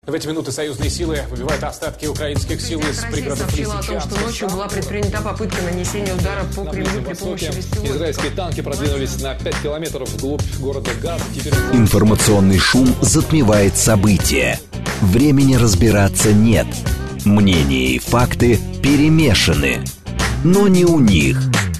В эти минуты союзные силы выбивают остатки украинских сил из пригородов сообщила о том, что ночью была предпринята попытка нанесения удара по Кремлю при помощи беспилотников. Израильские танки продвинулись на 5 километров вглубь города Газ. Информационный шум затмевает события. Времени разбираться нет. Мнения и факты перемешаны. Но не у них.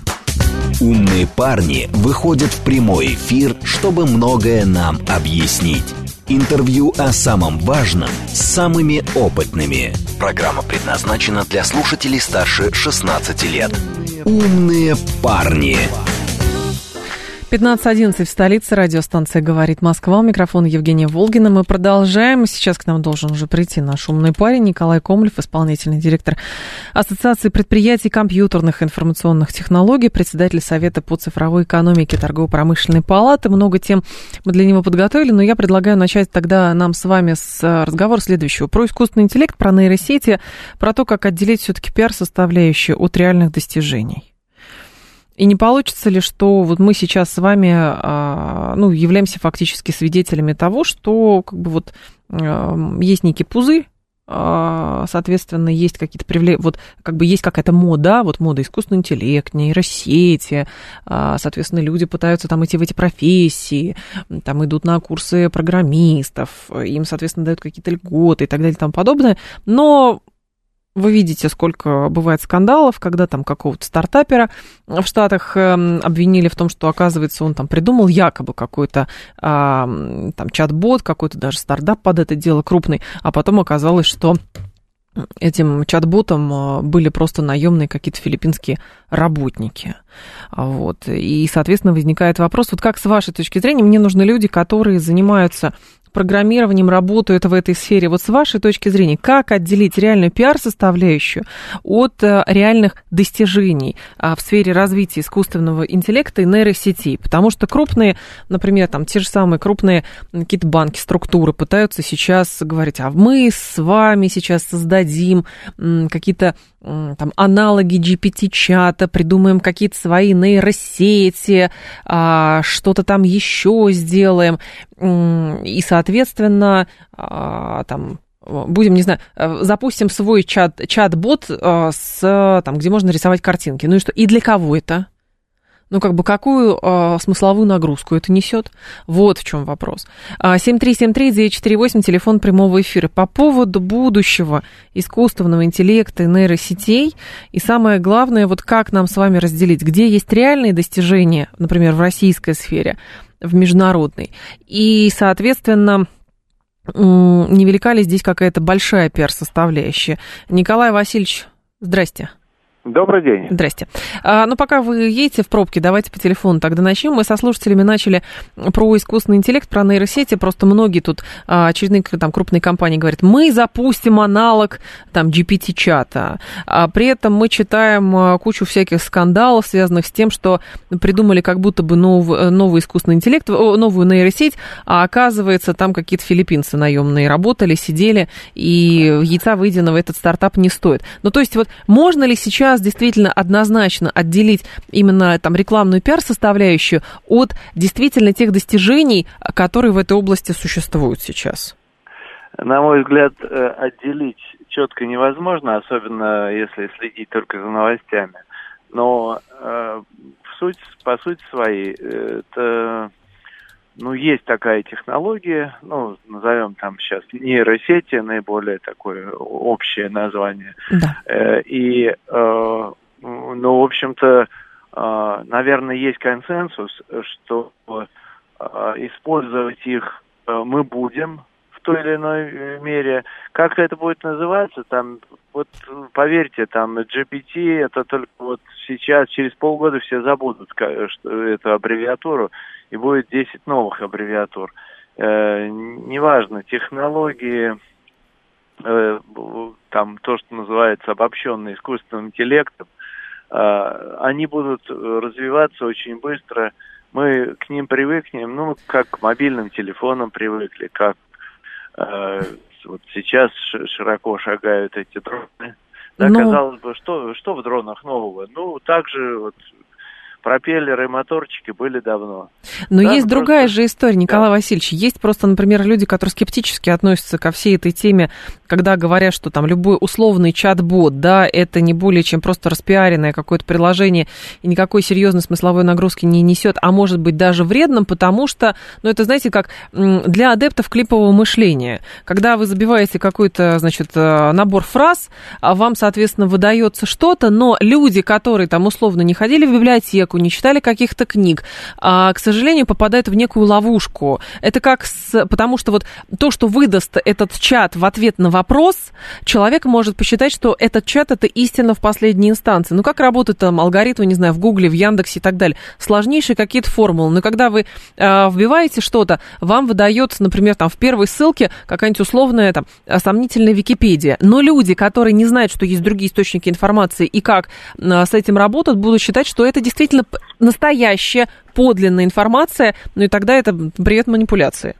Умные парни выходят в прямой эфир, чтобы многое нам объяснить. Интервью о самом важном с самыми опытными. Программа предназначена для слушателей старше 16 лет. Умные парни. 15:11 в столице. Радиостанция «Говорит Москва». У микрофона Евгения Волгина. Мы продолжаем. Сейчас к нам должен уже прийти наш умный парень Николай Комлев, исполнительный директор Ассоциации предприятий компьютерных и информационных технологий, председатель Совета по цифровой экономике Торгово-промышленной палаты. Много тем мы для него подготовили, но я предлагаю начать тогда нам с вами с разговора следующего. Про искусственный интеллект, про нейросети, про то, как отделить все-таки пиар-составляющую от реальных достижений. И не получится ли, что вот мы сейчас с вами являемся фактически свидетелями того, что есть некий пузырь, соответственно, есть какие-то есть какая-то мода, мода искусственный интеллект, нейросети, соответственно, люди пытаются там идти в эти профессии, там идут на курсы программистов, им, соответственно, дают какие-то льготы и так далее и тому подобное, но вы видите, сколько бывает скандалов, когда там какого-то стартапера в Штатах обвинили в том, что, оказывается, он там придумал якобы какой-то там чат-бот, какой-то даже стартап под это дело крупный, а потом оказалось, что этим чат-ботом были просто наемные какие-то филиппинские работники. И, соответственно, возникает вопрос, как с вашей точки зрения, мне нужны люди, которые занимаются программированием, работают в этой сфере. С вашей точки зрения, как отделить реальную пиар-составляющую от реальных достижений в сфере развития искусственного интеллекта и нейросетей? Потому что крупные, например, те же самые крупные какие-то банки, структуры пытаются сейчас говорить, а мы с вами сейчас создадим какие-то аналоги GPT-чата, придумаем какие-то свои нейросети, что-то там еще сделаем. И, соответственно, будем, запустим свой чат-бот, где можно рисовать картинки. Ну и что? И для кого это? Какую смысловую нагрузку это несет? Вот в чем вопрос. 7373948, телефон прямого эфира. По поводу будущего искусственного интеллекта и нейросетей, и самое главное, как нам с вами разделить, где есть реальные достижения, например, в российской сфере, в международной, и, соответственно, невелика ли здесь какая-то большая пиар-составляющая? Николай Васильевич, здрасте. Добрый день. Здрасте. Пока вы едете в пробке, давайте по телефону тогда начнем. Мы со слушателями начали про искусственный интеллект, про нейросети. Просто многие тут, очередные крупные компании говорят, мы запустим аналог GPT-чата. При этом мы читаем кучу всяких скандалов, связанных с тем, что придумали как будто бы новый искусственный интеллект, новую нейросеть, а оказывается, там какие-то филиппинцы наемные работали, сидели, и яйца выеденного этот стартап не стоит. То есть можно ли сейчас действительно однозначно отделить именно рекламную пиар-составляющую от действительно тех достижений, которые в этой области существуют сейчас? На мой взгляд, отделить четко невозможно, особенно если следить только за новостями. Но по сути своей, это, есть такая технология, назовем сейчас нейросети, наиболее такое общее название. Да. В общем-то, наверное, есть консенсус, что использовать их мы будем в той или иной мере. Как это будет называться, поверьте, GPT, это только сейчас, через полгода все забудут эту аббревиатуру, и будет 10 новых аббревиатур. Неважно, технологии, то, что называется обобщенный искусственным интеллектом, они будут развиваться очень быстро. Мы к ним привыкнем, как к мобильным телефонам привыкли, как сейчас широко шагают эти дроны. Да, казалось бы, что в дронах нового? Также пропеллеры и моторчики были давно. Но да, есть другая же история, Николай Васильевич. Есть просто, например, люди, которые скептически относятся ко всей этой теме, когда говорят, что там любой условный чат-бот, да, это не более чем просто распиаренное какое-то приложение и никакой серьезной смысловой нагрузки не несет, а может быть даже вредным, потому что, ну, это, знаете, как для адептов клипового мышления. Когда вы забиваете какой-то, значит, набор фраз, вам, соответственно, выдается что-то, но люди, которые там условно не ходили в библиотеку, не читали каких-то книг, к сожалению, попадают в некую ловушку. Это как потому что вот то, что выдаст этот чат в ответ на вопрос, человек может посчитать, что этот чат — это истина в последней инстанции. Ну, как работают там алгоритмы, не знаю, в Гугле, в Яндексе и так далее. Сложнейшие какие-то формулы. Но когда вы вбиваете что-то, вам выдается, например, там в первой ссылке какая-нибудь условная там сомнительная Википедия. Но люди, которые не знают, что есть другие источники информации и как с этим работают, будут считать, что это действительно настоящая, подлинная информация, ну и тогда это привет манипуляции.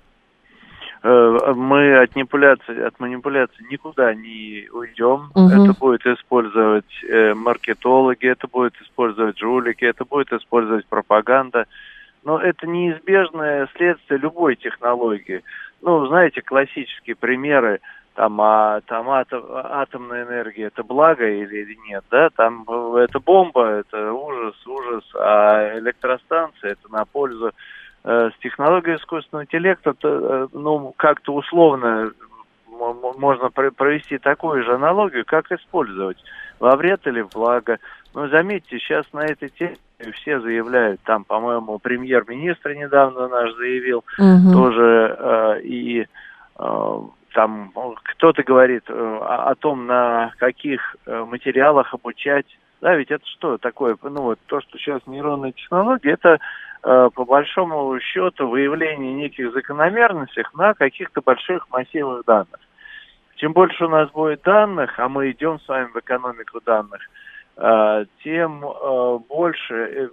Мы от манипуляции никуда не уйдем. Это будет использовать маркетологи, это будет использовать жулики, это будет использовать пропаганда. Но это неизбежное следствие любой технологии. Ну, знаете, классические примеры, там атомная энергия — это благо или нет, да? Там это бомба, это ужас, а электростанция — это на пользу. С технологией искусственного интеллекта, ну, как-то условно можно провести такую же аналогию, как использовать, во вред или в благо. Но заметьте, сейчас на этой теме все заявляют, там, по-моему, премьер-министр недавно наш заявил, тоже, и там кто-то говорит о том, на каких материалах обучать. Да, ведь это что такое? Ну, вот то, что сейчас нейронные технологии, это по большому счету выявление неких закономерностей на каких-то больших массивах данных. Чем больше у нас будет данных, а мы идем с вами в экономику данных, тем больше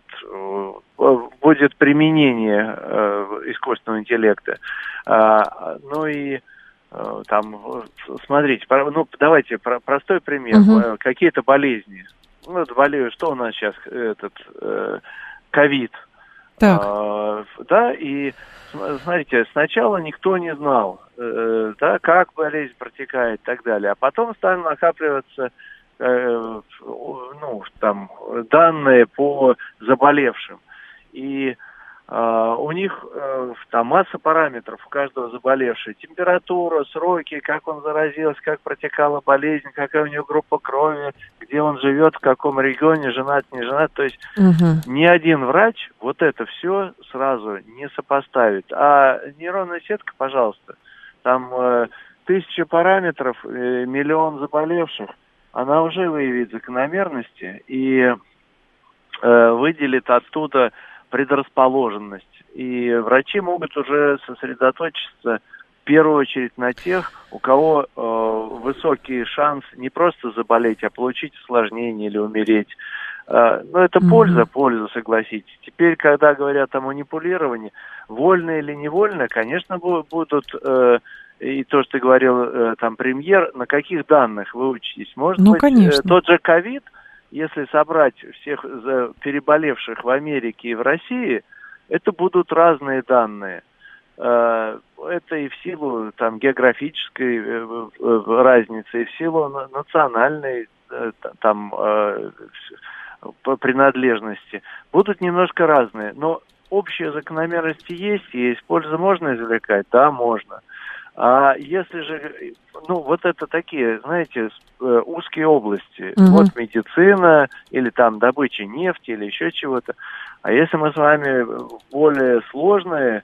будет применение искусственного интеллекта. Ну и там, смотрите, давайте простой пример. Какие-то болезни. Ну, что у нас сейчас, ковид. Да, и смотрите, сначала никто не знал, да, как болезнь протекает и так далее, а потом стали накапливаться данные по заболевшим. И у них там масса параметров у каждого заболевшего. Температура, сроки, как он заразился, как протекала болезнь, какая у него группа крови, где он живет, в каком регионе, женат, не женат. То есть ни один врач вот это все сразу не сопоставит. А нейронная сетка, пожалуйста, там 1000 параметров, миллион заболевших, она уже выявит закономерности и выделит оттуда предрасположенность. И врачи могут уже сосредоточиться в первую очередь на тех, у кого высокий шанс не просто заболеть, а получить осложнение или умереть. Но это польза, согласитесь. Теперь, когда говорят о манипулировании, вольно или невольно, конечно, будут, и то, что ты говорил, там, премьер, на каких данных вы учитесь. Может быть, конечно. Тот же ковид, если собрать всех переболевших в Америке и в России, это будут разные данные. Это и в силу там географической разницы, и в силу национальной там принадлежности. Будут немножко разные, но общие закономерности есть, пользу можно извлекать? Да, можно. А если же, вот это такие, знаете, узкие области, вот медицина, или там добыча нефти, или еще чего-то. А если мы с вами более сложные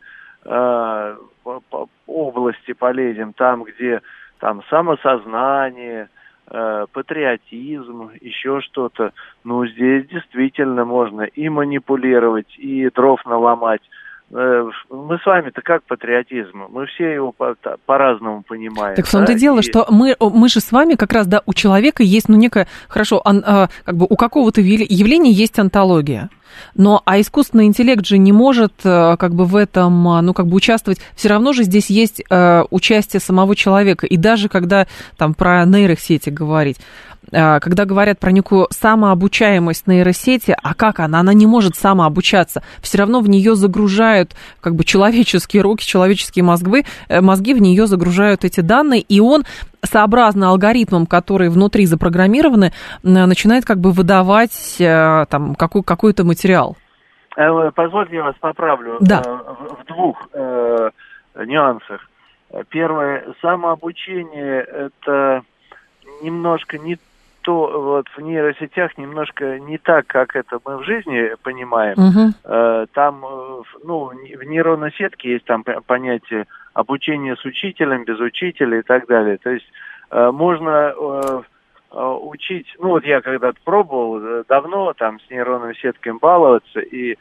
области полезем, там, где там самосознание, патриотизм, еще что-то, здесь действительно можно и манипулировать, и дров наломать. Мы с вами-то как патриотизм? Мы все его по-разному понимаем. Так в том-то дело, что мы же с вами как раз, да, у человека есть, некая, хорошо, как бы у какого-то явления есть онтология. А искусственный интеллект же не может как бы в этом, участвовать. Все равно же здесь есть участие самого человека. И даже когда там про нейросети говорить, когда говорят про некую самообучаемость нейросети, а как она? Она не может самообучаться. Все равно в нее загружают как бы человеческие руки, человеческие мозги в нее загружают эти данные, и он, сообразно алгоритмам, которые внутри запрограммированы, начинает как бы выдавать там какой-то материал. Позвольте, я вас поправлю. Да. В двух нюансах. Первое, самообучение – это немножко не то, вот в нейросетях немножко не так, как это мы в жизни понимаем. Там, в нейронной сетке есть там понятие обучения с учителем, без учителя и так далее. То есть можно учить, я когда-то пробовал давно там с нейронными сетками баловаться, и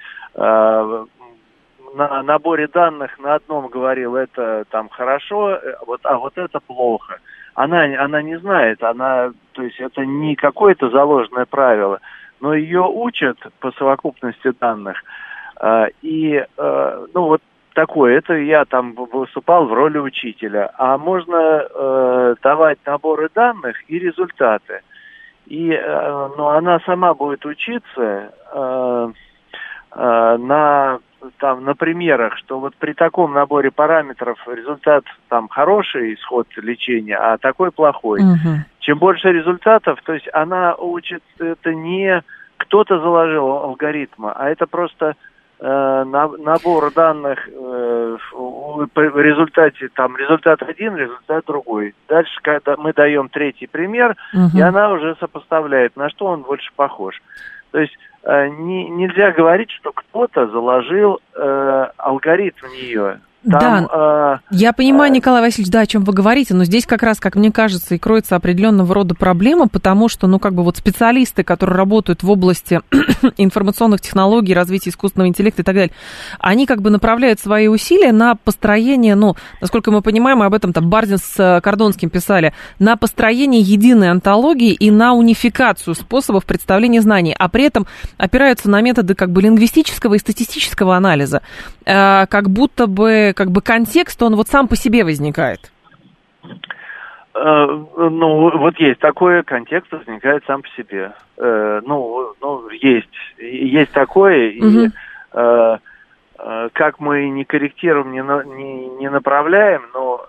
на наборе данных на одном говорил, это там хорошо, а вот это плохо. Она не знает, то есть это не какое-то заложенное правило, но ее учат по совокупности данных. Такое, это я там выступал в роли учителя. А можно давать наборы данных и результаты. Она сама будет учиться на примерах, что вот при таком наборе параметров результат там хороший исход лечения, а такой плохой. Чем больше результатов, то есть она учит, это не кто-то заложил алгоритмы, а это просто набор данных в результате, там результат один, результат другой. Дальше, когда мы даем третий пример, и она уже сопоставляет, на что он больше похож. То есть нельзя говорить, что кто-то заложил алгоритм в нее. Я понимаю, Николай Васильевич, о чем вы говорите, но здесь как раз, как мне кажется, и кроется определенного рода проблема, потому что, специалисты, которые работают в области информационных технологий, развития искусственного интеллекта и так далее, они направляют свои усилия на построение, насколько мы понимаем, мы об этом Бардин с Кордонским писали, на построение единой онтологии и на унификацию способов представления знаний, а при этом опираются на методы лингвистического и статистического анализа, как будто бы контекст, он сам по себе возникает. Есть такое, контекст возникает сам по себе. Есть такое, и как мы не корректируем, не направляем, но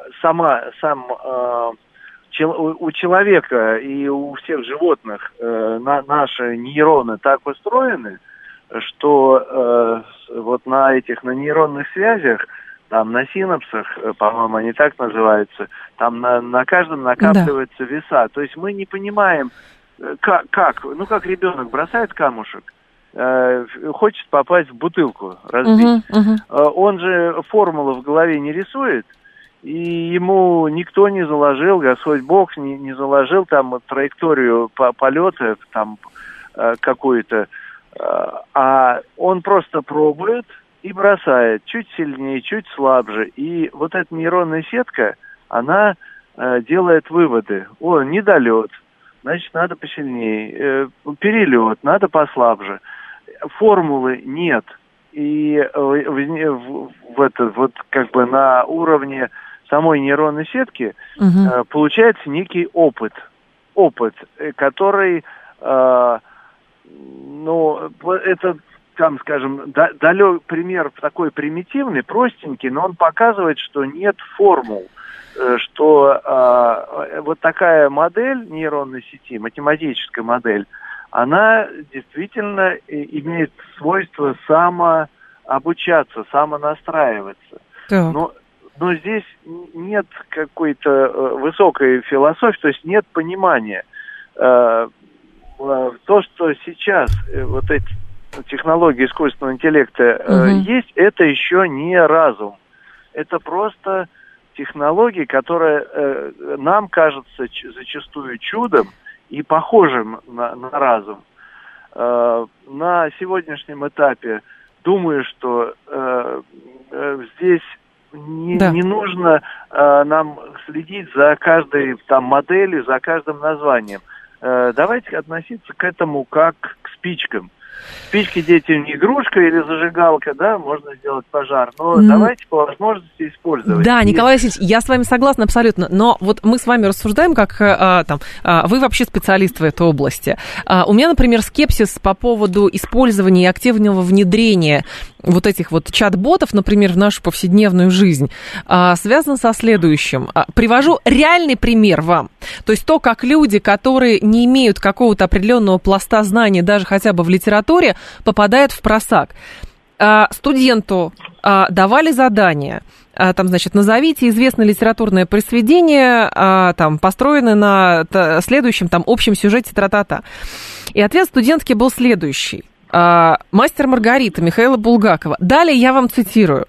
у человека и у всех животных наши нейроны так устроены, что на нейронных связях, там на синапсах, по-моему, они так называются, там на каждом накапливаются веса. То есть мы не понимаем, как ребенок бросает камушек, хочет попасть в бутылку, разбить. Он же формулу в голове не рисует, и ему никто не заложил, Господь Бог не заложил там траекторию полета там какую-то, а он просто пробует и бросает, чуть сильнее, чуть слабже. И вот эта нейронная сетка, она делает выводы. Недолет, значит, надо посильнее. Перелет, надо послабже. Формулы нет. И на уровне самой нейронной сетки получается некий опыт, который, это, далек пример такой примитивный, простенький, но он показывает, что нет формул, что такая модель нейронной сети, математическая модель, она действительно имеет свойство самообучаться, самонастраиваться. Но здесь нет какой-то высокой философии, то есть нет понимания. То, что сейчас эти технологии искусственного интеллекта есть, это еще не разум. Это просто технологии, которые нам кажутся зачастую чудом и похожим на разум. На сегодняшнем этапе думаю, что здесь не нужно нам следить за каждой моделью, за каждым названием. Давайте относиться к этому как к спичкам. Спички детям не игрушка или зажигалка, да, можно сделать пожар, но давайте по возможности использовать. Да, Николай Васильевич, я с вами согласна абсолютно, но вот мы с вами рассуждаем, как вы вообще специалист в этой области. У меня, например, скепсис по поводу использования и активного внедрения вот этих вот чат-ботов, например, в нашу повседневную жизнь, связан со следующим. Привожу реальный пример вам. То есть то, как люди, которые не имеют какого-то определенного пласта знаний, даже хотя бы в литературе, попадают в просак. Студенту давали задание, там, значит, назовите известное литературное произведение, там, построенное на следующем, там, общем сюжете, тра-та-та. И ответ студентки был следующий. «Мастер Маргарита» Михаила Булгакова. Далее я вам цитирую.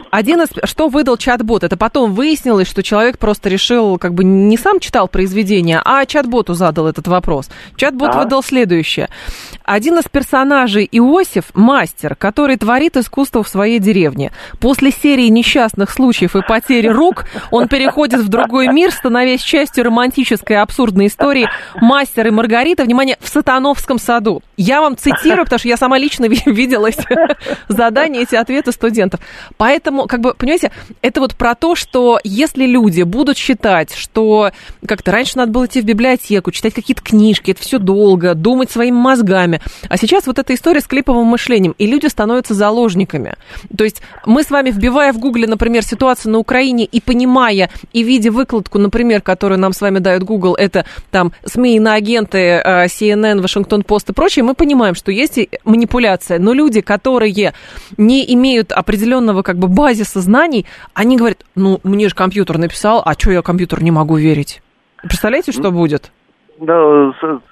Что выдал чат-бот? Это потом выяснилось, что человек просто решил, как бы не сам читал произведение, а чат-боту задал этот вопрос. Чат-бот выдал следующее. Один из персонажей Иосиф, мастер, который творит искусство в своей деревне. После серии несчастных случаев и потери рук он переходит в другой мир, становясь частью романтической абсурдной истории «Мастер и Маргарита», внимание, в Сатановском саду. Я вам цитирую, потому что я сама лично видела эти задания, эти ответы студентов. Поэтому, как бы, понимаете, это вот про то, что если люди будут считать, что как-то раньше надо было идти в библиотеку, читать какие-то книжки, это все долго, думать своими мозгами, а сейчас вот эта история с клиповым мышлением, и люди становятся заложниками. То есть мы с вами, вбивая в Гугле, например, ситуацию на Украине и понимая, и видя выкладку, например, которую нам с вами дает Google, это там СМИ, иноагенты, CNN, Вашингтон-Пост и прочее, мы понимаем, что есть манипуляция, но люди, которые не имеют определенного как бы базиса знаний, они говорят, ну, мне же компьютер написал, а что я компьютеру не могу верить? Представляете, что будет? Да,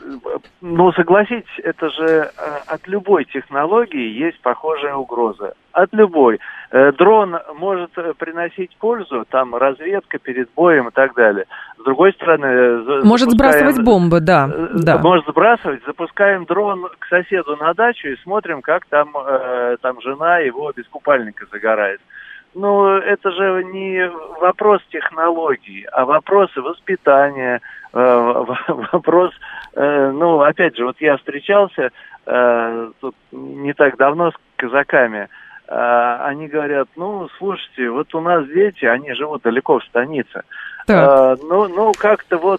ну, согласитесь, это же от любой технологии есть похожая угроза. От любой. Дрон может приносить пользу, там, разведка перед боем и так далее. С другой стороны... Может сбрасывать бомбы, да. Может сбрасывать. Запускаем дрон к соседу на дачу и смотрим, как там жена его без купальника загорает. Ну, это же не вопрос технологий, а вопросы воспитания, вопрос, ну, опять же, вот я встречался тут не так давно с казаками, они говорят, ну, слушайте, вот у нас дети, они живут далеко в станице, ну, как-то вот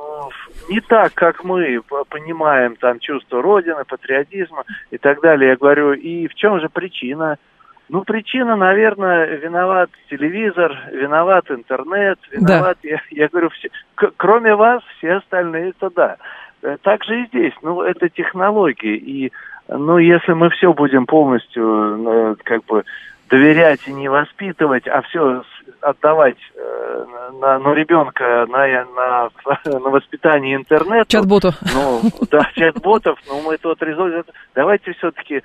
не так, как мы понимаем там чувство Родины, патриотизма и так далее. Я говорю, и в чем же причина? Ну, причина, наверное, виноват телевизор, виноват интернет, виноват, я говорю, все, кроме вас, все остальные, это да. Так же и здесь, ну, это технологии, и, ну, если мы все будем полностью, как бы, доверять и не воспитывать, а все отдавать на ребенка на воспитание интернета. Чат-боту. Ну, да, чат-ботов, но мы тот результат. Давайте все-таки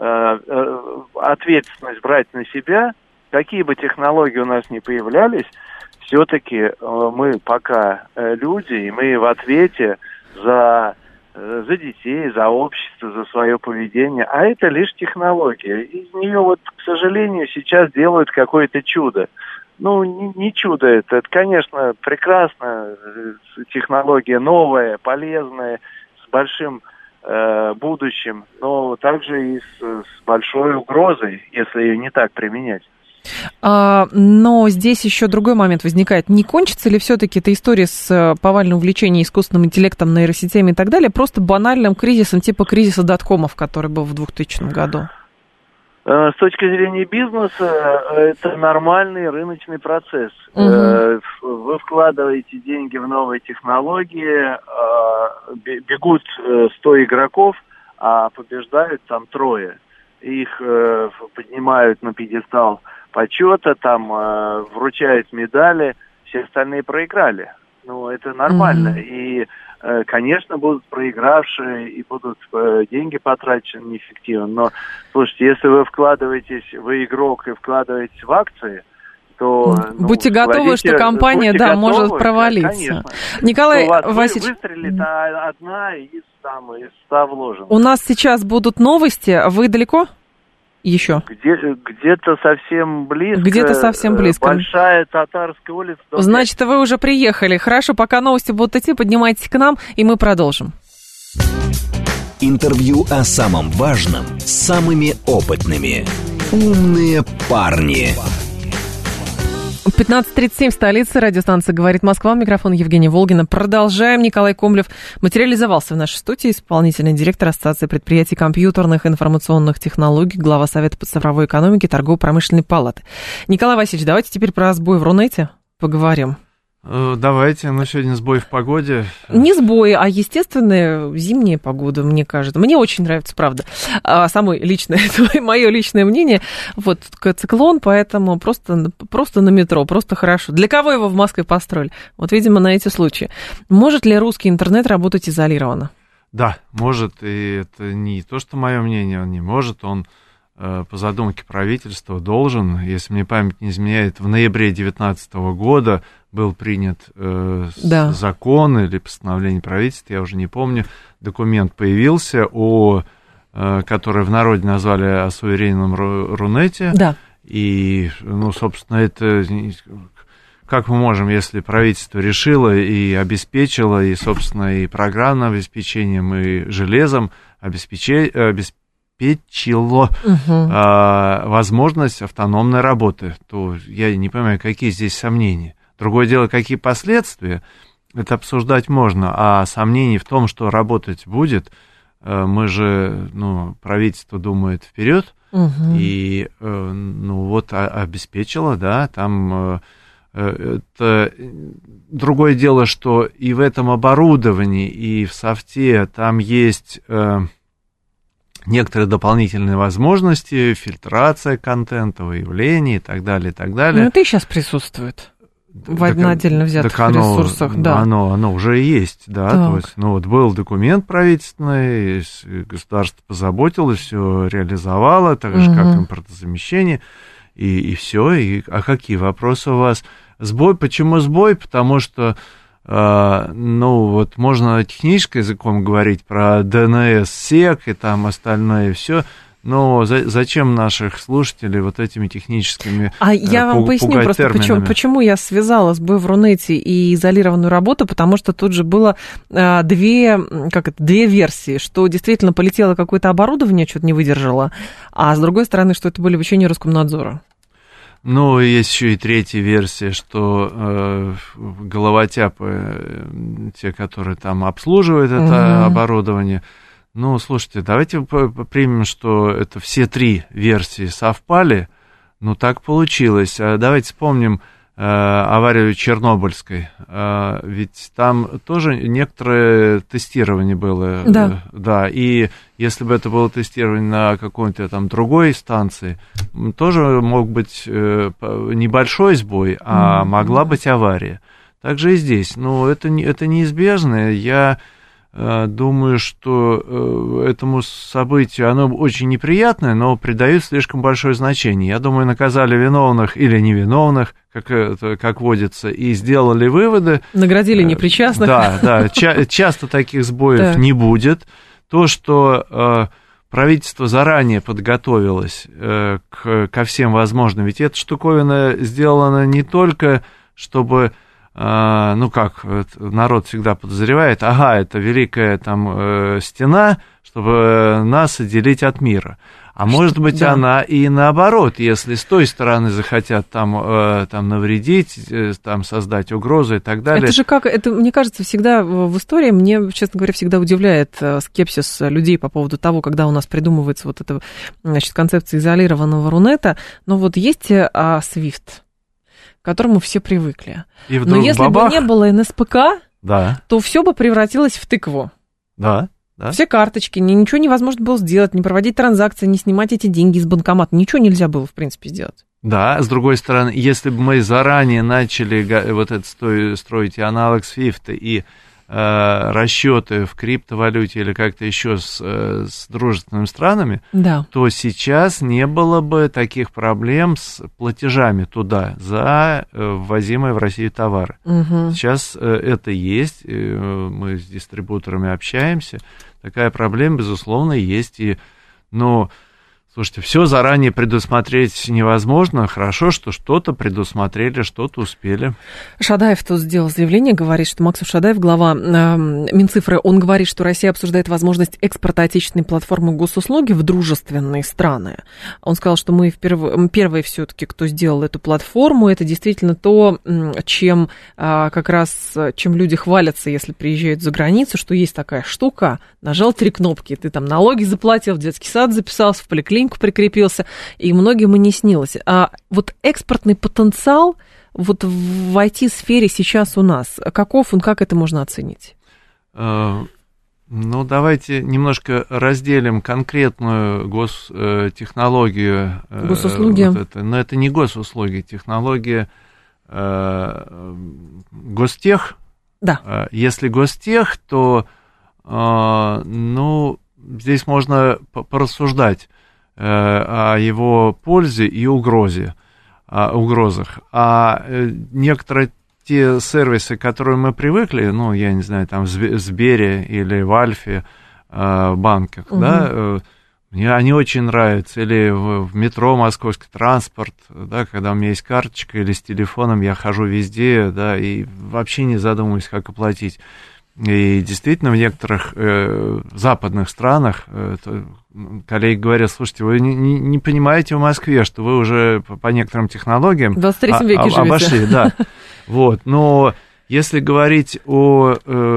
ответственность брать на себя. Какие бы технологии у нас ни появлялись, все-таки мы пока люди, и мы в ответе за детей, за общество, за свое поведение. А это лишь технология. Из нее, вот, к сожалению, сейчас делают какое-то чудо. Ну, не чудо это. Это, конечно, прекрасно. Технология новая, полезная, с большим будущим, но также и с большой угрозой, если ее не так применять. Но здесь еще другой момент возникает. Не кончится ли все-таки эта история с повальным увлечением искусственным интеллектом, нейросетями и так далее просто банальным кризисом типа кризиса доткомов, который был в 2000 году? С точки зрения бизнеса, это нормальный рыночный процесс. Вы вкладываете деньги в новые технологии, бегут 100 игроков, а побеждают там 3. Их поднимают на пьедестал почета, там вручают медали, все остальные проиграли. Ну, это нормально. И, конечно, будут проигравшие и будут деньги потрачены неэффективно. Но, слушайте, если вы вкладываетесь, вы игрок и вкладываетесь в акции, то... Будьте готовы, что компания, может провалиться. Конечно. Николай Васильевич... Выстрелит одна из 100 вложенных. У нас сейчас будут новости. Вы далеко? Еще? Где-то совсем близко. Где-то совсем близко. Большая Татарская улица. Значит, вы уже приехали. Хорошо, пока новости будут идти, поднимайтесь к нам, и мы продолжим. Интервью о самом важном с самыми опытными. «Умные парни». 15:37, столица, радиостанция «Говорит Москва», микрофон Евгения Волгина. Продолжаем. Николай Комлев материализовался в нашей студии, исполнительный директор Ассоциации предприятий компьютерных и информационных технологий, глава Совета по цифровой экономике Торгово-промышленной палаты. Николай Васильевич, давайте теперь про сбой в Рунете поговорим. Давайте, сегодня сбой в погоде. Не сбой, а естественная зимняя погода, мне кажется. Мне очень нравится, правда. Самое личное, это мое личное мнение. Вот циклон, поэтому просто на метро, просто хорошо. Для кого его в Москве построили? Вот, видимо, на эти случаи. Может ли русский интернет работать изолированно? Да, может, и это не то, что мое мнение, он не может, он по задумке правительства должен, если мне память не изменяет, в ноябре 2019 года был принят закон или постановление правительства, я уже не помню, документ появился, который в народе назвали о суверенном Рунете. Да. И, собственно, это как мы можем, если правительство решило и обеспечило, и, собственно, и программным обеспечением, и железом обеспечило возможность автономной работы, то я не понимаю, какие здесь сомнения. Другое дело, какие последствия, это обсуждать можно, а сомнений в том, что работать будет, мы же, правительство думает вперед, и, обеспечило, да, там... Это другое дело, что и в этом оборудовании, и в софте там есть... некоторые дополнительные возможности, фильтрация контента, выявление и так далее, и так далее. Это и сейчас присутствует в отдельно взятых ресурсах, да. Оно уже есть, да. Так. То есть, был документ правительственный, государство позаботилось, все реализовало, так же, как импортозамещение, и все. А какие вопросы у вас? Сбой, почему сбой? Потому что можно техническим языком говорить про DNS, SEC и там остальное и все, но зачем наших слушателей вот этими техническими я вам поясню просто, почему я связала сбой в Рунете и изолированную работу, потому что тут же было две версии, что действительно полетело какое-то оборудование, что-то не выдержало, а с другой стороны, что это были учения Роскомнадзора. Есть еще и третья версия, что головотяпы, те, которые там обслуживают это оборудование, слушайте, давайте примем, что это все три версии совпали, так получилось. Давайте вспомним аварию Чернобыльской, ведь там тоже некоторое тестирование было. Да, и если бы это было тестирование на какой-то там другой станции, тоже мог быть небольшой сбой, а могла быть авария. Также и здесь. Это неизбежно. Я думаю, что этому событию оно очень неприятное, но придают слишком большое значение. Я думаю, наказали виновных или невиновных, как водится, и сделали выводы. Наградили непричастных. Да, часто таких сбоев не будет. То, что правительство заранее подготовилось ко всем возможным, ведь эта штуковина сделана не только, чтобы... народ всегда подозревает, это великая там стена, чтобы нас отделить от мира. А может быть, она и наоборот, если с той стороны захотят там навредить, там создать угрозы и так далее. Это, мне кажется, всегда в истории, мне, честно говоря, всегда удивляет скепсис людей по поводу того, когда у нас придумывается вот эта, концепция изолированного Рунета. Но вот есть SWIFT, к которому все привыкли. Но если бы не было НСПК, то все бы превратилось в тыкву. Да. Все карточки, ничего невозможно было сделать, не проводить транзакции, не снимать эти деньги из банкомата. Ничего нельзя было, в принципе, сделать. Да, с другой стороны, если бы мы заранее начали строить и аналог SWIFT, и расчеты в криптовалюте или как-то еще с дружественными странами, то сейчас не было бы таких проблем с платежами туда за ввозимые в Россию товары. Сейчас это есть, мы с дистрибуторами общаемся, такая проблема, безусловно, есть. Слушайте, все заранее предусмотреть невозможно. Хорошо, что что-то предусмотрели, что-то успели. Шадаев тут сделал заявление, говорит, что Максим Шадаев, глава Минцифры, он говорит, что Россия обсуждает возможность экспорта отечественной платформы госуслуги в дружественные страны. Он сказал, что мы первые все-таки, кто сделал эту платформу. Это действительно то, чем как раз чем люди хвалятся, если приезжают за границу, что есть такая штука, нажал 3 кнопки, ты там налоги заплатил, в детский сад записался, в поликлинику прикрепился, и многим и не снилось. А вот экспортный потенциал вот в IT-сфере сейчас у нас, каков он, как это можно оценить? Ну, давайте немножко разделим конкретную гостехнологию. Госуслуги. Вот это. Но это не госуслуги, технология гостех. Да. Если гостех, то, ну, здесь можно порассуждать о его пользе и угрозах. А некоторые те сервисы, к которым мы привыкли, ну, я не знаю, там в Сбере или в Альфе банках, да, мне они очень нравятся. Или в метро московский транспорт, да, когда у меня есть карточка или с телефоном, я хожу везде, да, и вообще не задумываюсь, как оплатить. И действительно в некоторых западных странах коллеги говорят, слушайте, вы не понимаете в Москве, что вы уже по некоторым технологиям в 23 веке живете. Обошли, да. Вот, но если говорить об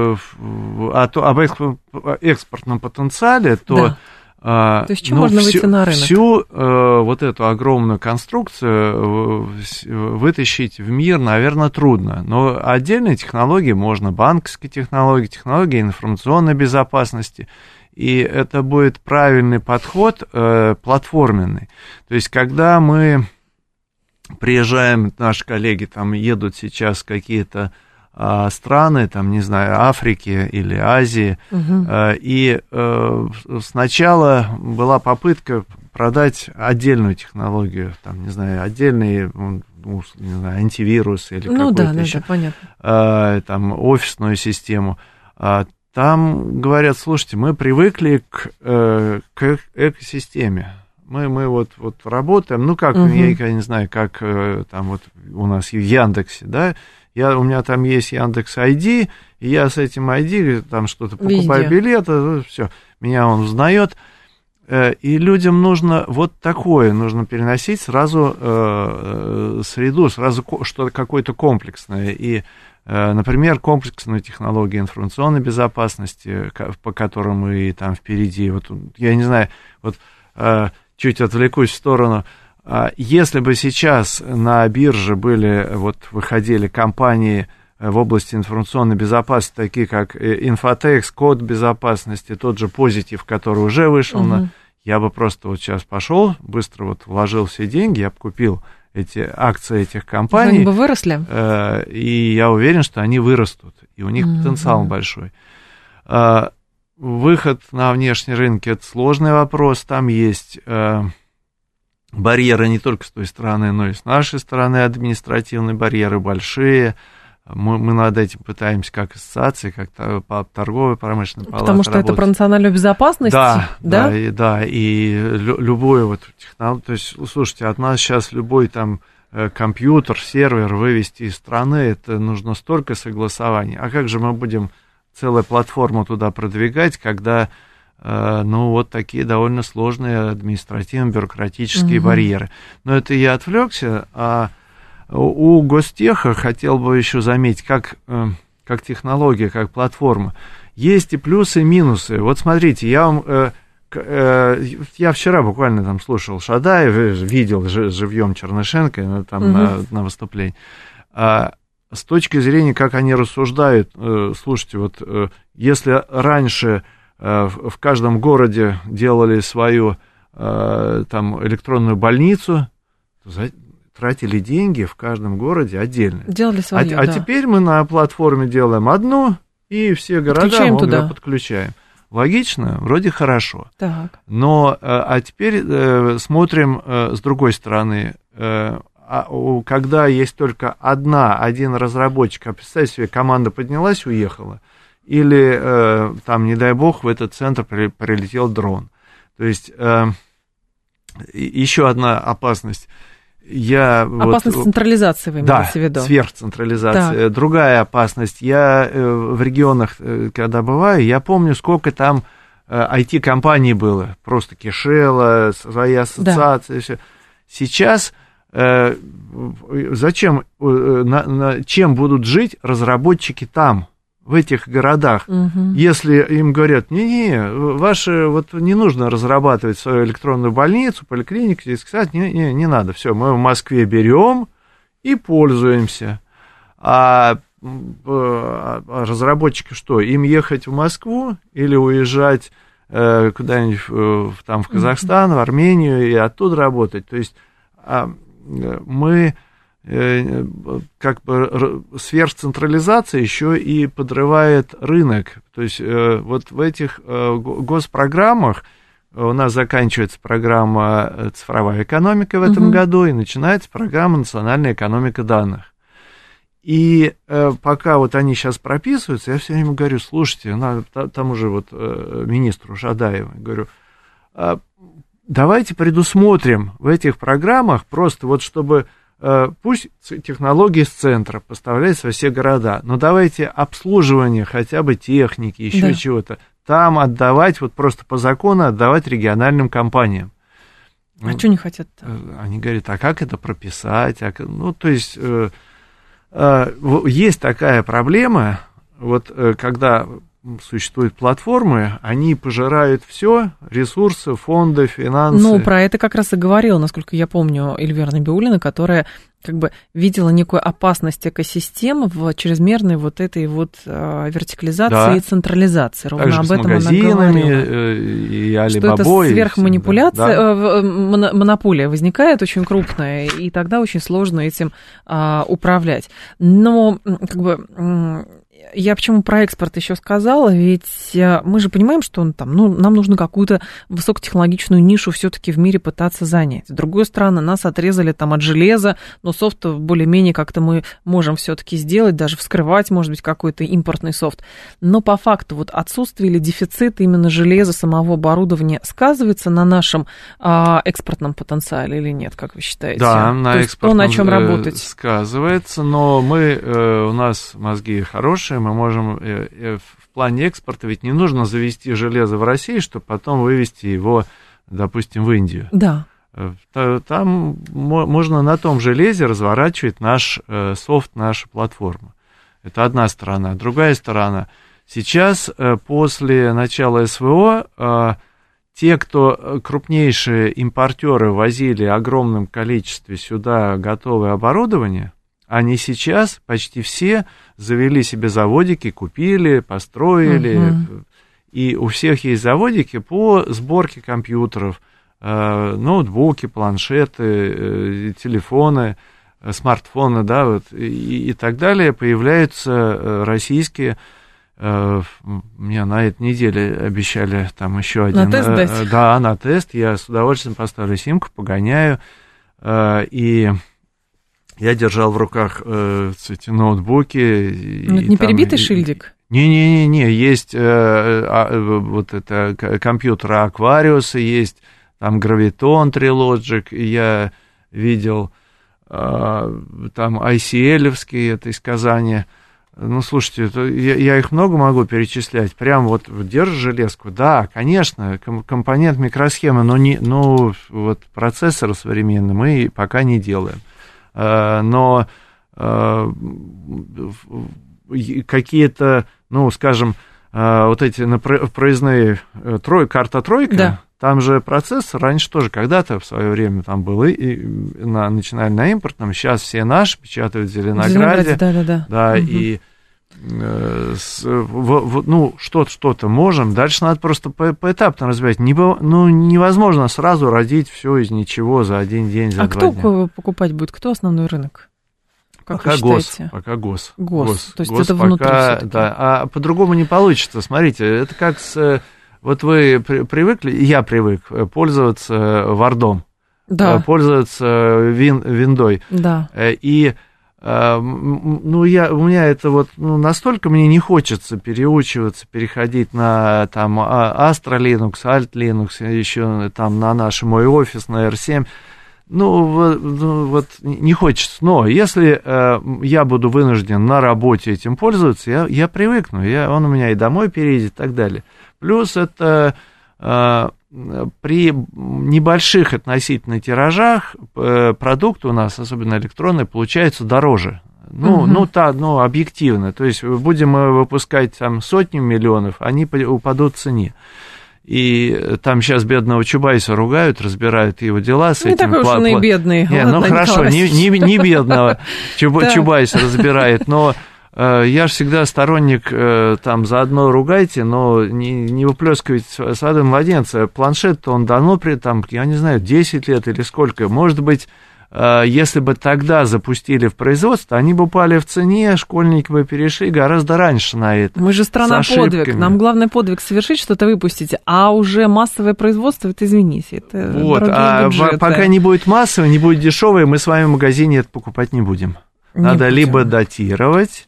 экспортном потенциале, то... То есть чем можно выйти на рынок? Всю вот эту огромную конструкцию вытащить в мир, наверное, трудно. Но отдельные технологии можно, банковские технологии, технологии информационной безопасности. И это будет правильный подход, платформенный. То есть, когда мы приезжаем, наши коллеги там едут сейчас в какие-то страны, там, не знаю, Африки или Азии, и сначала была попытка продать отдельную технологию, там, не знаю, отдельный, не знаю, антивирус или какой-то еще, понятно. Там, офисную систему. Там говорят, слушайте, мы привыкли к экосистеме. Мы вот работаем, ну, как, я не знаю, как там вот у нас в Яндексе, да, у меня там есть Яндекс ID, и я с этим ID там что-то покупаю, билеты, все, меня он узнает. И людям нужно вот такое, нужно переносить сразу среду, сразу что-то какое-то комплексное. И, например, комплексные технологии информационной безопасности, по которым мы там впереди. Вот, я не знаю, вот чуть отвлекусь в сторону. Если бы сейчас на бирже выходили компании в области информационной безопасности, такие как Инфотекс, Код безопасности, тот же Позитив, который уже вышел, я бы просто вот сейчас пошел, быстро вот вложил все деньги, я бы купил эти акции этих компаний. Они бы выросли? И я уверен, что они вырастут, и у них потенциал большой. Выход на внешний рынок – это сложный вопрос, там есть... барьеры не только с той стороны, но и с нашей стороны, административные барьеры большие. Мы над этим пытаемся как ассоциации, как торговой промышленной палаты. Потому что работать. Это про национальную безопасность? Да, и любую вот технологию. То есть, слушайте, от нас сейчас любой там компьютер, сервер вывести из страны, это нужно столько согласований. А как же мы будем целую платформу туда продвигать, когда... ну, вот такие довольно сложные административно-бюрократические барьеры. Но это я отвлекся, а у Гостеха хотел бы еще заметить, как технология, как платформа, есть и плюсы, и минусы. Вот смотрите, я вчера буквально там слушал Шадаев, видел живьем Чернышенко там на выступлении. С точки зрения, как они рассуждают, слушайте, вот если раньше... в каждом городе делали свою там электронную больницу, тратили деньги в каждом городе отдельно. Делали свою, а теперь мы на платформе делаем одну, и все города мы туда подключаем. Логично? Вроде хорошо. Так. Но, а теперь смотрим с другой стороны. Когда есть только один разработчик, а представьте себе, команда поднялась, уехала, или, там, не дай бог, в этот центр прилетел дрон. То есть Еще одна опасность. Опасность централизации вы имеете в виду? Да, сверхцентрализация. Так. Другая опасность. Я в регионах, когда бываю, я помню, сколько там IT-компаний было. Просто кишело, свои ассоциации. Да. Сейчас зачем, чем будут жить разработчики там, в этих городах, если им говорят, ваши, не нужно разрабатывать свою электронную больницу, поликлинику, не надо, все, мы в Москве берем и пользуемся. А разработчики что, им ехать в Москву или уезжать куда-нибудь там в Казахстан, в Армению и оттуда работать? То есть мы сверхцентрализация еще и подрывает рынок. То есть вот в этих госпрограммах у нас заканчивается программа «Цифровая экономика» в этом году, и начинается программа «Национальная экономика данных». И пока вот они сейчас прописываются, я все время говорю, слушайте, тому же министру Шадаеву, говорю, давайте предусмотрим в этих программах просто чтобы пусть технологии с центра поставляются во все города, но давайте обслуживание хотя бы техники, еще чего-то, там отдавать, просто по закону отдавать региональным компаниям. Что не хотят-то? Они говорят, а как это прописать? То есть есть такая проблема, когда существуют платформы, они пожирают все, ресурсы, фонды, финансы. Про это как раз и говорила, насколько я помню, Эльвира Набиуллина, которая видела некую опасность экосистемы в чрезмерной этой вертикализации и централизации. Ровно также об этом с магазинами, она говорила. И Алибабой. Что это сверхманипуляция, монополия возникает очень крупная, и тогда очень сложно этим управлять. Но я почему про экспорт еще сказала, ведь мы же понимаем, что нам нужно какую-то высокотехнологичную нишу все-таки в мире пытаться занять. С другой стороны, нас отрезали от железа, но софт более-менее как-то мы можем все-таки сделать, даже вскрывать, может быть, какой-то импортный софт. Но по факту отсутствие или дефицит именно железа, самого оборудования сказывается на нашем экспортном потенциале или нет, как вы считаете? Да, на экспортном на чем работать? Сказывается, но у нас мозги хорошие, мы можем в плане экспорта, ведь не нужно завести железо в России, чтобы потом вывести его, допустим, в Индию. Да. Там можно на том железе разворачивать наш софт, нашу платформу. Это одна сторона. Другая сторона. Сейчас, после начала СВО, те, кто крупнейшие импортеры возили в огромном количестве сюда готовое оборудование, они сейчас почти все завели себе заводики, купили, построили. И у всех есть заводики по сборке компьютеров, ноутбуки, планшеты, телефоны, смартфоны, и так далее. Появляются российские. Мне на этой неделе обещали там еще один. На тест дать? Да, на тест. Я с удовольствием поставлю симку, погоняю. И я держал в руках эти ноутбуки. Это не перебитый шильдик? Не-не-не, есть это компьютер Aquarius, есть там Graviton Trilogic, я видел там ICL-овские, это из Казани. Слушайте, я их много могу перечислять. Прям держишь железку, да, конечно, компонент микросхемы, но процессор современный мы пока не делаем. Но какие-то, скажем, эти проездные карта тройка, да. Там же процессор раньше тоже когда-то в свое время там был, и начинали на импортном, сейчас все наши печатают в Зеленограде. Да, и что-то можем, дальше надо просто поэтапно развивать. Невозможно сразу родить все из ничего за один день, за 2 дня. А кто покупать будет? Кто основной рынок? Как пока вы считаете? Пока гос. То есть это внутри всё-таки. Да, а по-другому не получится. Смотрите, это как вы привыкли, я привык пользоваться Word'ом, да. Пользоваться виндой. Да. И у меня это вот, настолько мне не хочется переучиваться, переходить на там Astra Linux, Alt Linux, еще там на наш мой офис, на R7. Вот не хочется. Но если я буду вынужден на работе этим пользоваться, я привыкну, он у меня и домой переедет и так далее. Плюс это при небольших относительно тиражах продукты у нас, особенно электронные, получаются дороже. Объективно. То есть будем мы выпускать там сотни миллионов, они упадут в цене. И там сейчас бедного Чубайса ругают, разбирают его дела с этим. Не такой уж он и бедный. Хорошо, не бедного Чубайса разбирает, но я же всегда сторонник, там, заодно ругайте, но не выплескивайте с водой младенца. Планшет-то он давно, я не знаю, 10 лет или сколько. Может быть, если бы тогда запустили в производство, они бы упали в цене, школьники бы перешли гораздо раньше на это. Мы же страна-подвиг, нам главное подвиг совершить, что-то выпустить, а уже массовое производство, это, извините, это другие бюджеты. Пока не будет массовое, не будет дешевое, мы с вами в магазине это покупать не будем. Надо либо датировать,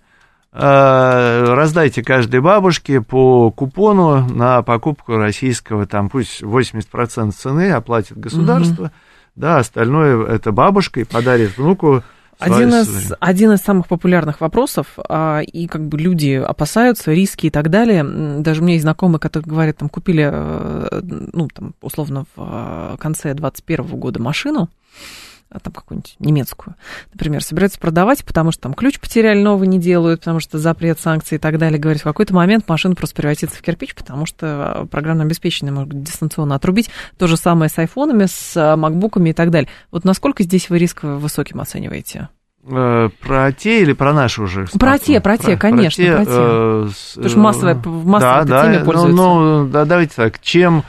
раздайте каждой бабушке по купону на покупку российского, там пусть 80% цены оплатит государство, да, остальное это бабушка и подарит внуку. Один из самых популярных вопросов, и как бы люди опасаются, риски и так далее. Даже у меня есть знакомые, которые говорят, там купили, условно, в конце 2021 года машину, там какую-нибудь немецкую, например, собираются продавать, потому что там ключ потеряли, новый не делают, потому что запрет, санкции и так далее. Говорят, в какой-то момент машина просто превратится в кирпич, потому что программное обеспечение может дистанционно отрубить. То же самое с айфонами, с макбуками и так далее. Вот насколько здесь вы риск высоким оцениваете? Про те или про наши уже? Про те, конечно, про те. Потому что в массовой теме пользуются. Давайте так, чем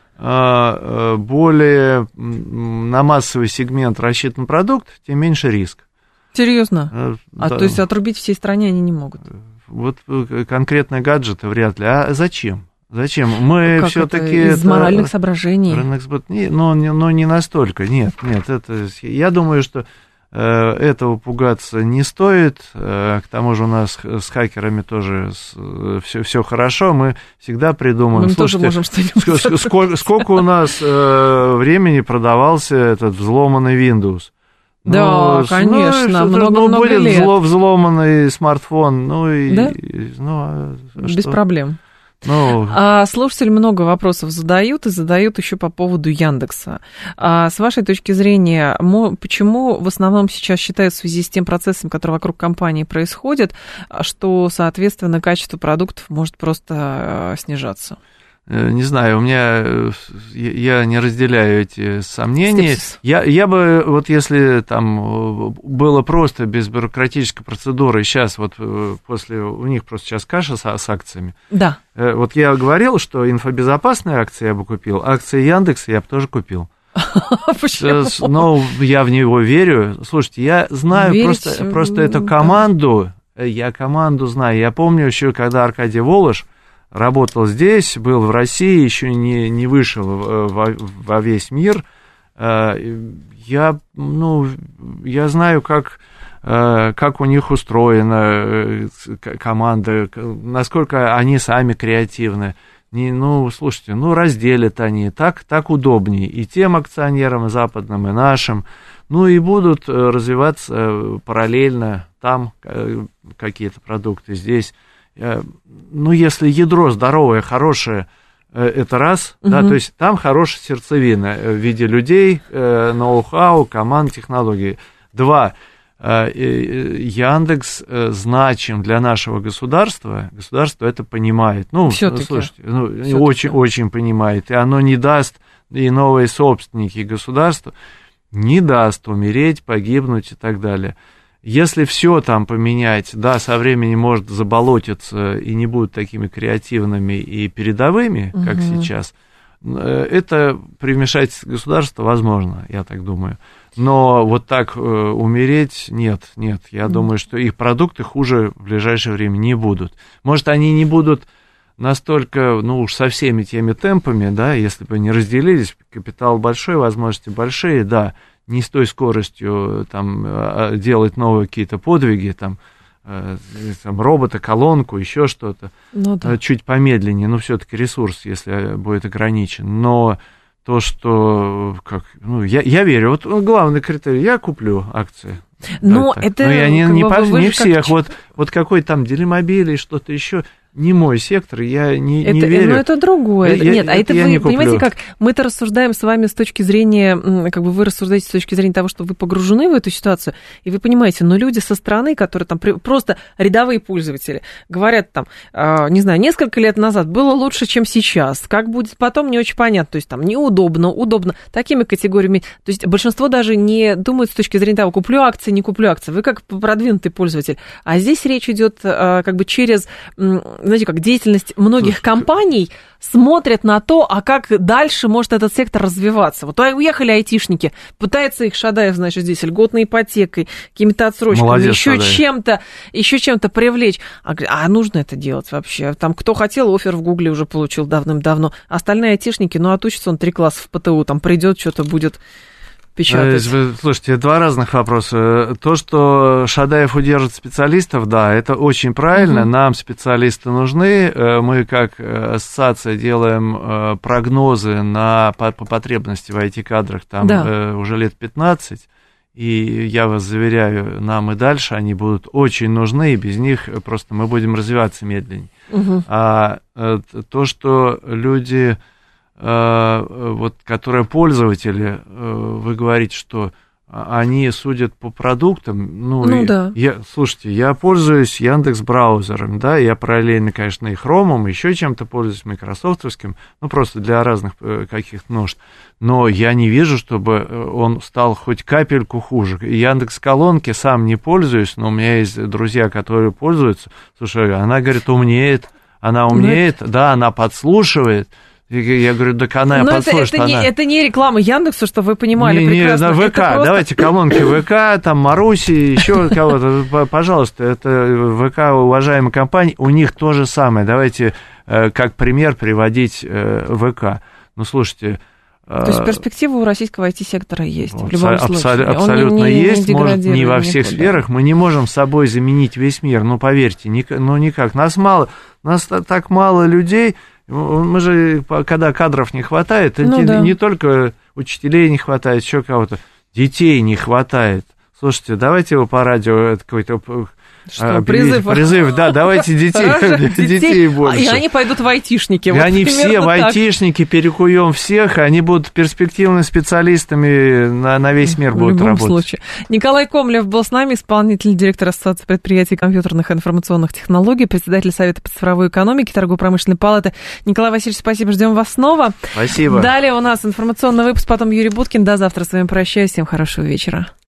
более на массовый сегмент рассчитан продукт, тем меньше риск. Серьезно? То есть отрубить всей стране они не могут? Вот конкретные гаджеты вряд ли. А зачем? Мы все-таки... Из моральных соображений. Рынок сбыта. Но не настолько. Нет. Я думаю, что этого пугаться не стоит. К тому же у нас с хакерами тоже все хорошо. Мы всегда придумаем. Мы тоже можем что-нибудь. Сколько у нас времени продавался этот взломанный Windows? Да, конечно, много лет. Будет взломанный смартфон. Без проблем. Слушатели много вопросов задают, и задают еще по поводу Яндекса. С вашей точки зрения, почему в основном сейчас считают в связи с тем процессом, который вокруг компании происходит, что, соответственно, качество продуктов может просто снижаться? Не знаю, я не разделяю эти сомнения. Я бы, вот если там было просто без бюрократической процедуры, сейчас вот после, у них просто сейчас каша с акциями. Да. Вот я говорил, что инфобезопасные акции я бы купил, акции Яндекса я бы тоже купил. Почему? Но я в него верю. Слушайте, я знаю просто эту команду, я команду знаю. Я помню еще, когда Аркадий Волош работал здесь, был в России, еще не вышел во весь мир. Я знаю, как у них устроена команда, насколько они сами креативны. Слушайте, разделят они, так удобнее и тем акционерам, и западным, и нашим, и будут развиваться параллельно там какие-то продукты, здесь. Если ядро здоровое, хорошее, это раз, да, то есть там хорошая сердцевина в виде людей, ноу-хау, команд, технологий. Два, Яндекс значим для нашего государства, государство это понимает. Слушайте, очень понимает, и оно не даст, и новые собственники государства не даст умереть, погибнуть и так далее. Если все там поменять, да, со временем может заболотиться и не будут такими креативными и передовыми, как сейчас, это при вмешательстве государства возможно, я так думаю. Но вот так умереть нет. Я думаю, что их продукты хуже в ближайшее время не будут. Может, они не будут настолько, уж со всеми теми темпами, да, если бы не разделились, капитал большой, возможности большие, да, не с той скоростью там, делать новые какие-то подвиги, там, робота, колонку, еще что-то, чуть помедленнее, но все-таки ресурс, если будет ограничен. Но то, что я верю, вот главный критерий, я куплю акции. Но это я не всех, вот какой там Делимобиль и что-то еще. Не мой сектор, я не верю. Но это другое. Нет, это вы понимаете как? Мы-то рассуждаем с вами с точки зрения, как бы вы рассуждаете с точки зрения того, что вы погружены в эту ситуацию, и вы понимаете, но люди со стороны, которые там просто рядовые пользователи, говорят там, не знаю, несколько лет назад было лучше, чем сейчас, как будет потом, не очень понятно, то есть там неудобно, удобно, такими категориями. То есть большинство даже не думает с точки зрения того, куплю акции, не куплю акции. Вы как продвинутый пользователь. А здесь речь идет как бы через... знаете, как деятельность многих компаний смотрят на то, а как дальше может этот сектор развиваться. Вот уехали айтишники, пытается их Шадаев, значит, здесь льготной ипотекой, какими-то отсрочками, еще чем-то привлечь. А нужно это делать вообще? Там кто хотел, оффер в Гугле уже получил давным-давно. Остальные айтишники, отучится он 3 класса в ПТУ, там придет, что-то будет... печатать. Слушайте, 2 разных вопроса. То, что Шадаев удержит специалистов, да, это очень правильно. Нам специалисты нужны. Мы, как ассоциация, делаем прогнозы по потребности в IT-кадрах там уже лет 15. И я вас заверяю, нам и дальше они будут очень нужны, и без них просто мы будем развиваться медленнее. А то, что люди... которые пользователи, вы говорите, что они судят по продуктам. Слушайте, я пользуюсь Яндекс.Браузером, да, я параллельно, конечно, и Хромом, еще чем-то пользуюсь, майкрософтовским, просто для разных каких-то нужд. Но я не вижу, чтобы он стал хоть капельку хуже. Яндекс.Колонки сам не пользуюсь, но у меня есть друзья, которые пользуются. Слушай, она, говорит, умнеет, она подслушивает. Я говорю, так она подслушает. Это не реклама Яндексу, чтобы вы понимали прекрасно. Не, ВК, давайте колонки ВК, там Маруси, еще кого-то, пожалуйста, это ВК, уважаемая компания, у них то же самое. Давайте как пример приводить ВК. Слушайте... То есть перспектива у российского IT-сектора есть в любом случае. Абсолютно есть, может, не во всех сферах. Мы не можем собой заменить весь мир, поверьте, никак. Нас так мало людей... Мы же, когда кадров не хватает, не только учителей не хватает, еще кого-то, детей не хватает. Слушайте, давайте его по радио какой-то... Призыв, да, давайте детей больше. И они пойдут в айтишники. И они все в айтишники, перекуем всех, они будут перспективными специалистами, на весь мир будут работать. В любом случае. Николай Комлев был с нами, исполнительный директор Ассоциации предприятий компьютерных и информационных технологий, председатель Совета по цифровой экономике Торгово-промышленной палаты. Николай Васильевич, спасибо, ждем вас снова. Спасибо. Далее у нас информационный выпуск, потом Юрий Буткин. До завтра с вами прощаюсь, всем хорошего вечера.